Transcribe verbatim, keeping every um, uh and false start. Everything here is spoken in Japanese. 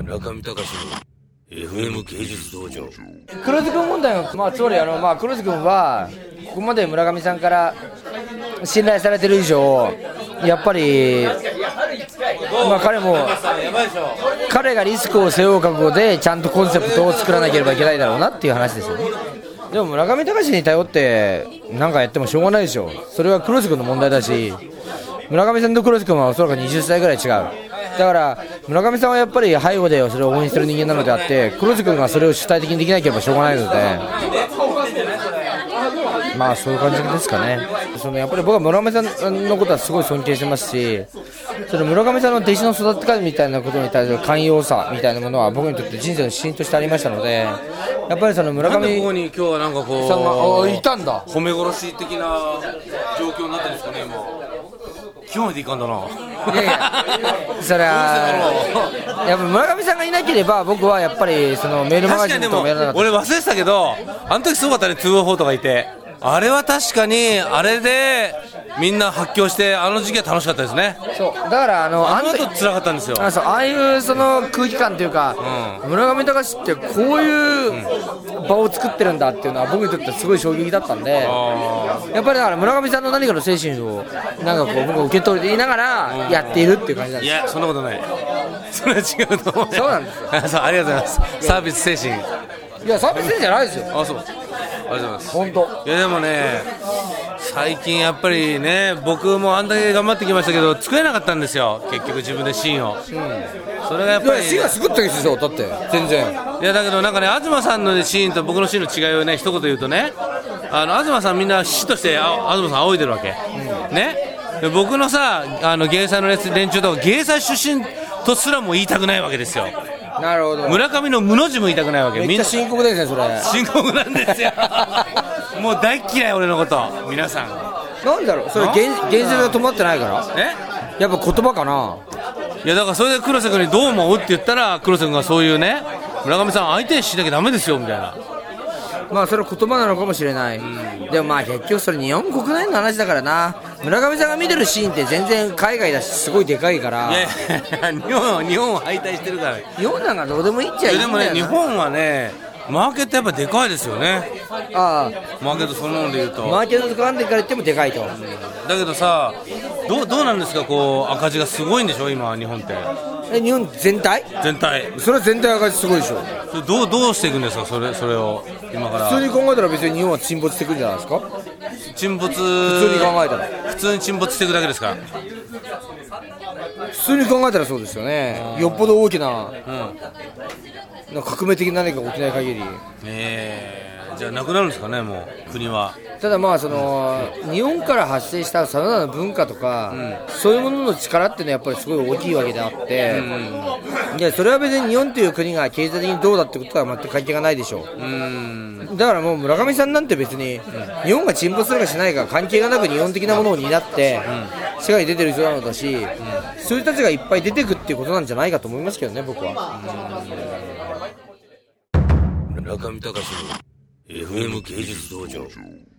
村上隆の エフエム 芸術道場。 黒津君問題は、まあ、つまりあの、まあ、黒津君はここまで村上さんから信頼されてる以上、やっぱり、まあ、彼も彼がリスクを背負う覚悟でちゃんとコンセプトを作らなければいけないだろうなっていう話ですよね。でも村上隆に頼って何かやってもしょうがないでしょ。それは黒津君の問題だし、村上さんと黒津君はおそらくはたちぐらい違う。だから村上さんはやっぱり背後でそれを応援してる人間なのであって、黒津君がそれを主体的にできなければしょうがないので、まあそういう感じですかね。そのやっぱり僕は村上さんのことはすごい尊敬してますし、その村上さんの弟子の育て方みたいなことに対する寛容さみたいなものは僕にとって人生の指針としてありましたので、やっぱりその村上なんでここに今日はなんかこうさんがいたんだ、 褒め殺し的な状況になってるんですかね。今極めていかんだな。 いやいやそれはやっぱ村上さんがいなければ僕はやっぱりそのメールマガジンとかもやらなかった。 俺忘れてたけど、あの時すごかったね、にたいよんとかいて、あれは確かにあれでみんな発狂して、あの時期は楽しかったですね。 そうだからあのあの後辛かったんですよ。 あそうああいうその空気感というか、うん、村上隆ってこういう場を作ってるんだっていうのは僕にとってすごい衝撃だったんで、やっぱりだから村上さんの何かの精神をなんかこう僕は受け取りながらやっているっていう感じなんです。 いやそんなことない、それは違うと思う。 そうなんですよそう、ありがとうございます。サービス精神。 いやサービス精神じゃないですよ。 あ、そう、ありがとうございます。 本当。 いやでもね、最近やっぱりね、僕もあんだけ頑張ってきましたけど作れなかったんですよ、結局自分でシーンを、うん、それがやっぱりシーンが作ったんですよ。だって全然。 いやだけどなんかね、東さんのシーンと僕のシーンの違いをね一言言うとね、あの東さんみんな死としてあ東さん仰いでるわけ、うん、ね。で僕のさ、あの芸祭の連中とか芸祭出身とすらも言いたくないわけですよ。 なるほど。 村上の無の字も言いたくないわけ。 めっちゃ深刻ですねそれ。 深刻なんですよもう大嫌い俺のこと皆さん。 なんだろうそれ、現実が止まってないから。 えやっぱ言葉かな。 いやだからそれで黒瀬君にどう思うって言ったら、黒瀬君がそういうね、村上さん相手にしなきゃダメですよみたいな。 まあそれは言葉なのかもしれない、うん、でもまあ結局それ日本国内の話だからな。村上さんが見てるシーンって全然海外だしすごいでかいから。 いやいや日本日本は敗退してるから。 日本なんかどうでもいいっちゃいいんだよな。 でもね、日本はねマーケットやっぱでかいですよね。 ああ、 マーケットそのもので言うとマーケットと関連から言ってもでかいと、うん、 だけどさ、どう、どうなんですか、こう赤字がすごいんでしょ今日本って。 え日本全体全体それは全体赤字すごいでしょ。 それどう、どうしていくんですか、それ、それを今から。 普通に考えたら別に日本は沈没していくんじゃないですか。 沈没、 普通に考えたら普通に沈没していくだけですか。 普通に考えたらそうですよね。よっぽど大きな、うん、なんか革命的な何かが起きない限り、 えー、じゃあなくなるんですかね、もう国は。 ただまあその日本から発生したさまざまな文化とか、うん、そういうものの力っていうのはやっぱりすごい大きいわけであって、うん、いやそれは別に日本という国が経済的にどうだってことは全く関係がないでしょう。うん、だからもう村上さんなんて別に、うん、日本が沈没するかしないか関係がなく日本的なものを担って、うん、世界に出てる人なのだし、うん、そういう人たちがいっぱい出てくっていうことなんじゃないかと思いますけどね、僕は。 村上隆の エフエム 芸術道場。